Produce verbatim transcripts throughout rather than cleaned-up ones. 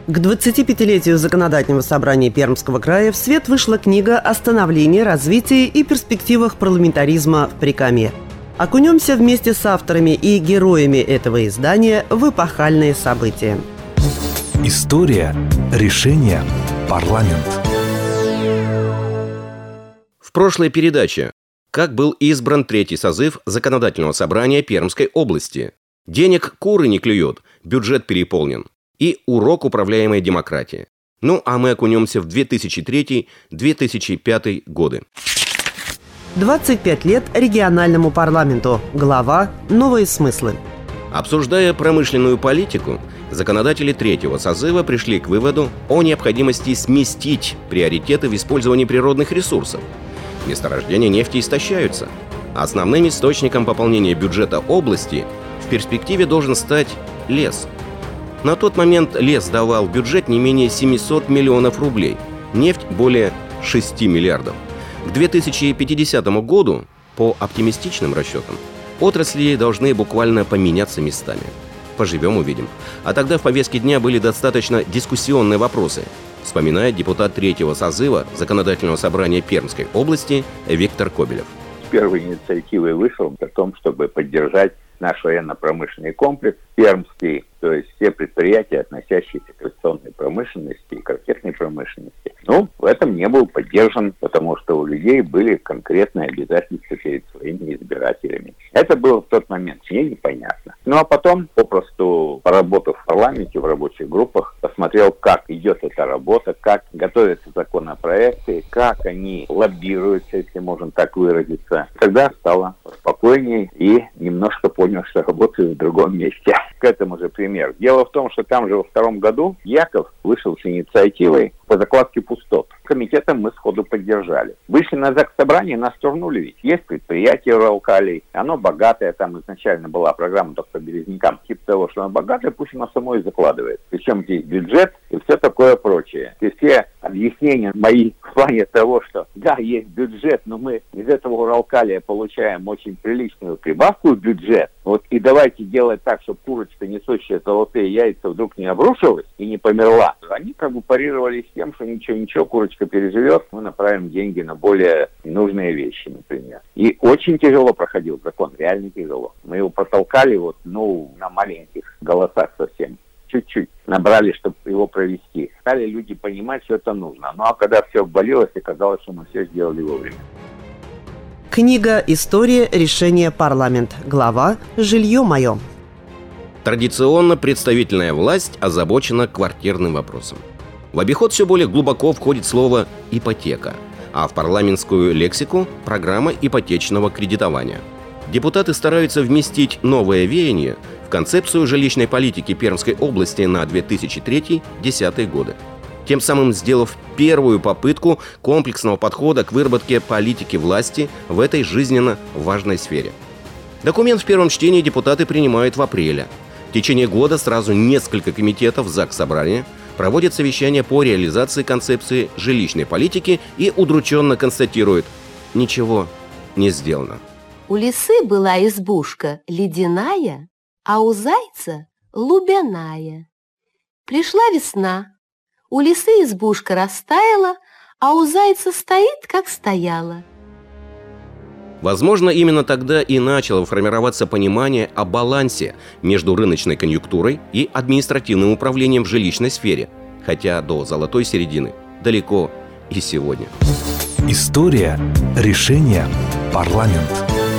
К двадцатипятилетию Законодательного собрания Пермского края в свет вышла книга о становлении, развитии и перспективах парламентаризма в Прикамье. Окунемся вместе с авторами и героями этого издания в эпохальные события. История, решение, парламент. В прошлой передаче как был избран третий созыв Законодательного собрания Пермской области. Денег куры не клюют, бюджет переполнен. И урок управляемой демократии. Ну, а мы окунемся в две тысячи третий — две тысячи пятый годы. двадцать пять лет региональному парламенту. Глава «Новые смыслы». Обсуждая промышленную политику, законодатели третьего созыва пришли к выводу о необходимости сместить приоритеты в использовании природных ресурсов. Месторождения нефти истощаются. Основным источником пополнения бюджета области в перспективе должен стать лес. На тот момент лес давал в бюджет не менее семьсот миллионов рублей, нефть более шести миллиардов. К две тысячи пятидесятому году, по оптимистичным расчетам, отрасли должны буквально поменяться местами. Поживем — увидим. А тогда в повестке дня были достаточно дискуссионные вопросы, вспоминает депутат третьего созыва Законодательного собрания Пермской области Виктор Кобелев. Первой инициативой вышел о том, чтобы поддержать наш военно-промышленный комплекс пермский, то есть все предприятия, относящиеся к авиационной промышленности и к ракетной промышленности. Ну, в этом не был поддержан, потому что у людей были конкретные обязательства перед своими избирателями. Это было в тот момент мне непонятно. Ну, а потом, попросту поработав в парламенте, в рабочих группах, посмотрел, как идет эта работа, как готовятся законопроекты, как они лоббируются, если можно так выразиться. Тогда стало спокойнее и немножко понял, что работаю в другом месте. К этому же пример. Дело в том, что там же во втором году Яков вышел с инициативой по закладке пустот. Комитетом мы сходу поддержали. Вышли на заксобрание, нас турнули ведь. Есть предприятие Уралкалий, оно богатое, там изначально была программа только по березнякам, типа того, что оно богатое, пусть оно само и закладывает. Причем здесь бюджет и все такое прочее. И все объяснения мои в плане того, что да, есть бюджет, но мы из этого Уралкалия получаем очень приличную прибавку в бюджет. Вот и давайте делать так, чтобы курочка, несущая золотые яйца, вдруг не обрушилась и не померла. Они как бы парировали с тем, что ничего-ничего, курочка переживет, мы направим деньги на более нужные вещи, например. И очень тяжело проходил закон, реально тяжело. Мы его протолкали вот, ну, на маленьких голосах совсем. Чуть-чуть набрали, чтобы его провести. Стали люди понимать, что это нужно. Ну а когда все обвалилось, оказалось, что мы все сделали вовремя. Книга «История, решение, парламент». Глава «Жилье мое». Традиционно представительная власть озабочена квартирным вопросом. В обиход все более глубоко входит слово «ипотека», а в парламентскую лексику – программа ипотечного кредитования. Депутаты стараются вместить новое веяние в концепцию жилищной политики Пермской области на две тысячи третий — две тысячи десятый годы, тем самым сделав первую попытку комплексного подхода к выработке политики власти в этой жизненно важной сфере. Документ в первом чтении депутаты принимают в апреле. В течение года сразу несколько комитетов Заксобрания проводят совещания по реализации концепции жилищной политики и удрученно констатируют – ничего не сделано. У лисы была избушка ледяная, а у зайца лубяная. Пришла весна, у лисы избушка растаяла, а у зайца стоит, как стояла. Возможно, именно тогда и начало формироваться понимание о балансе между рыночной конъюнктурой и административным управлением в жилищной сфере, хотя до золотой середины далеко и сегодня. История, решение, парламент.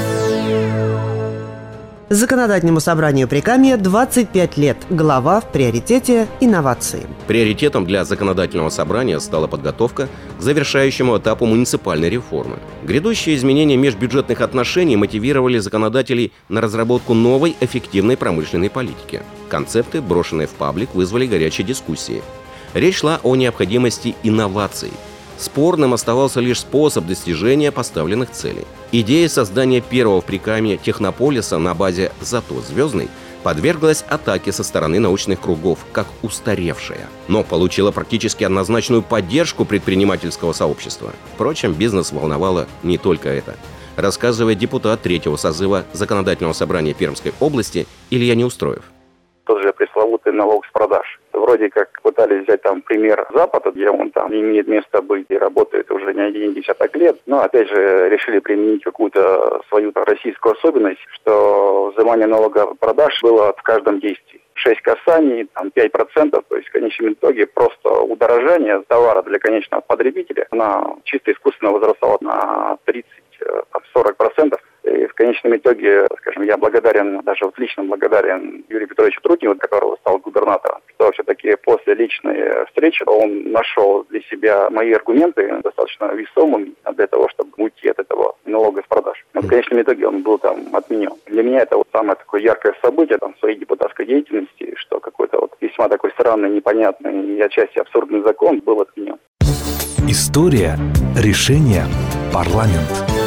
Законодательному собранию Прикамья двадцать пять лет. Глава в приоритете инновации. Приоритетом для законодательного собрания стала подготовка к завершающему этапу муниципальной реформы. Грядущие изменения межбюджетных отношений мотивировали законодателей на разработку новой эффективной промышленной политики. Концепты, брошенные в паблик, вызвали горячие дискуссии. Речь шла о необходимости инноваций. Спорным оставался лишь способ достижения поставленных целей. Идея создания первого в Прикамье технополиса на базе «Зато звездный» подверглась атаке со стороны научных кругов, как устаревшая, но получила практически однозначную поддержку предпринимательского сообщества. Впрочем, бизнес волновало не только это. Рассказывает депутат третьего созыва Законодательного собрания Пермской области Илья Неустроев. Тот же пресловутый налог с продаж. вроде как пытались взять там пример Запада, где он там имеет место быть и работает уже не один десяток лет, но опять же решили применить какую-то свою там, российскую особенность, что взимание налога продаж было в каждом действии. шесть касаний, там пять процентов, то есть в конечном итоге просто удорожание товара для конечного потребителя, она чисто искусственно возрастала на тридцать-сорок процентов. И в конечном итоге, скажем, я благодарен, даже вот лично благодарен Юрию Петровичу Трутневу, которого стал губернатором, что все-таки после личной встречи он нашел для себя мои аргументы достаточно весомыми для того, чтобы уйти от этого налога с продаж. Но в конечном итоге он был там отменен. Для меня это вот самое такое яркое событие там, в своей депутатской деятельности, что какой-то вот весьма такой странный, непонятный и отчасти абсурдный закон был отменен. История решения парламент.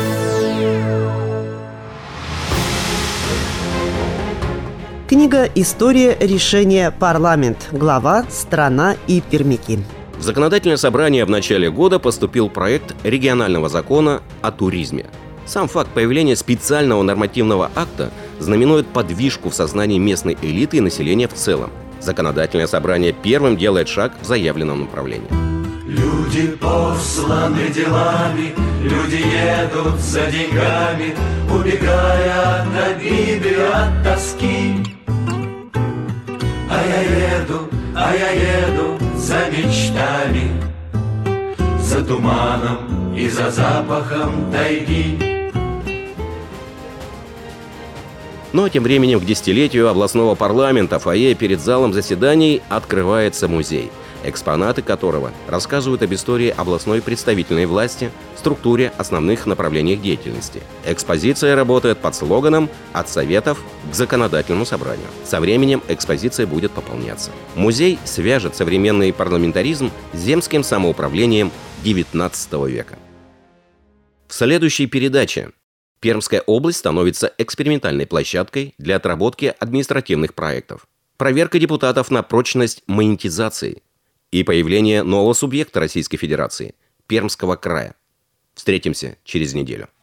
Книга «История решения парламент». Глава «Страна и пермяки». В законодательное собрание в начале года поступил проект регионального закона о туризме. Сам факт появления специального нормативного акта знаменует подвижку в сознании местной элиты и населения в целом. Законодательное собрание первым делает шаг в заявленном направлении. Люди посланы делами, люди едут за деньгами, убегая от обиды, от тоски. А я еду, а я еду за мечтами, за туманом и за запахом тайги. Ну а тем временем к десятилетию областного парламента фойе перед залом заседаний открывается музей, экспонаты которого рассказывают об истории областной представительной власти, структуре, основных направлениях деятельности. Экспозиция работает под слоганом «От советов к законодательному собранию». Со временем экспозиция будет пополняться. Музей свяжет современный парламентаризм с земским самоуправлением девятнадцатого века. В следующей передаче Пермская область становится экспериментальной площадкой для отработки административных проектов, проверка депутатов на прочность монетизации и появление нового субъекта Российской Федерации – Пермского края. Встретимся через неделю.